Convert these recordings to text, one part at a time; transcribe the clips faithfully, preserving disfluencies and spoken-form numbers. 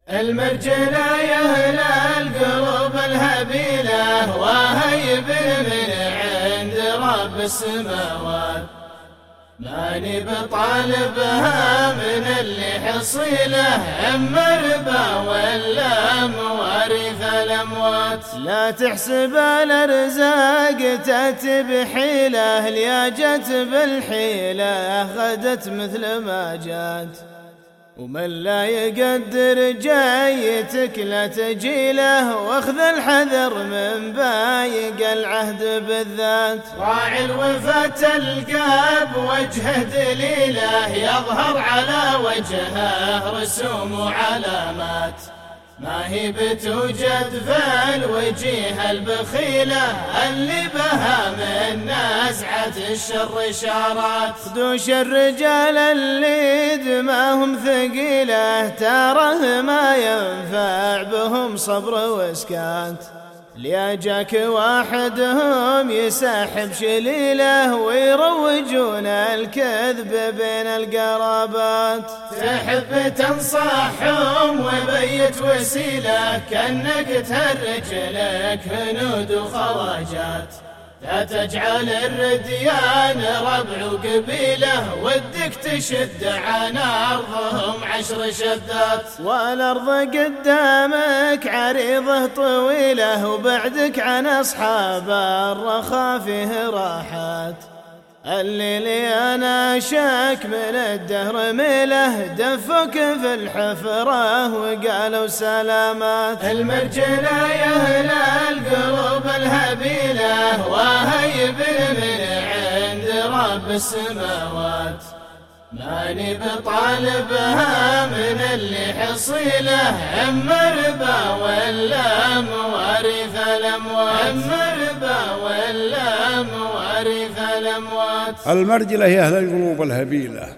المرجلة يا أهل القلوب الهبيلة وهيب من عند رب السماوات، ماني بطالبها من اللي حصيله اما الربا ولا مواريث الاموات. لا تحسب الارزاق تاتي بحيله، اليا جت بالحيله غدت مثل ما جات، ومن لا يقدر جايتك لا تجيله، واخذ الحذر من بايق العهد بالذات. راعي الوفا القاب وجهه دليله، يظهر على وجهه رسوم وعلامات، ما هي بتوجد في الوجيه البخيلة اللي بها من نزعة الشر إشارات. خدوش الرجال اللي دماهم ثقيلة، تراه ما ينفع بهم صبر وسكات، ليا جاك واحدهم يسحب شليله ويروجون الكذب بين القرابات. تحب تنصحهم وبيت وسيله، كأنك تهرج لك هنود وخواجات، لا تجعل الرديان ربع وقبيله، ودك تشد عن أرضهم عشر شدات. والأرض قدامك عريضة طويلة، وبعدك عن أصحاب الرخاء فيه راحات، اللي لي أنا شاك من الدهر ميله، دفك في الحفرة وقالوا سلامات. المرجلة يا أهل القلوب الهبيلة وهيب من عند رب السماوات، ماني بطالبها من اللي حصيله اما الربا ولا مواريث الاموات، اما الربا ولا مواريث الاموات. المرجلة هي أهل القلوب الهبيلة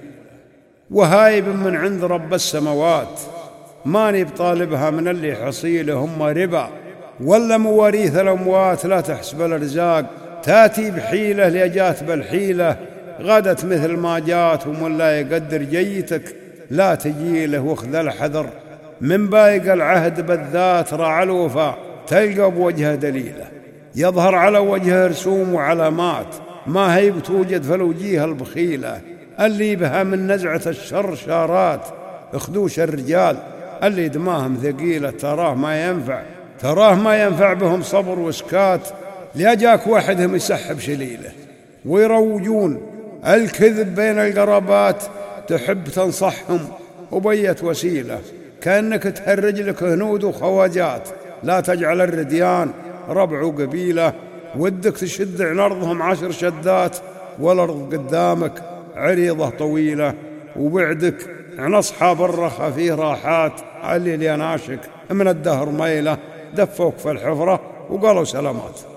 وهايب من عند رب السماوات، ماني بطالبها من اللي حصيله هم ربا ولا مواريث الاموات. لا تحسب الارزاق تاتي بحيله، ليجات بالحيله غدت مثل ما جات، ومن لا يقدر جيتك لا تجيله، واخذ الحذر من بايق العهد بالذات. راعى الوفا تلقى بوجهه دليله، يظهر على وجهه رسوم وعلامات، ما هي بتوجد في الوجيه البخيله اللي بها من نزعة الشر شارات. اخدوش الرجال اللي دماهم ثقيله، تراه ما ينفع تراه ما ينفع بهم صبر وسكات، ليجاك واحدهم يسحب شليله ويروجون الكذب بين القرابات. تحب تنصحهم وبيت وسيله، كأنك تهرج لك هنود وخواجات، لا تجعل الرديان ربع وقبيله، ودك تشد عن أرضهم عشر شدات، والأرض قدامك عريضة طويلة، وبعدك عن أصحاب الرخا فيه راحات، اللي ليناشك من الدهر ميله، دفوك في الحفرة وقالوا سلامات.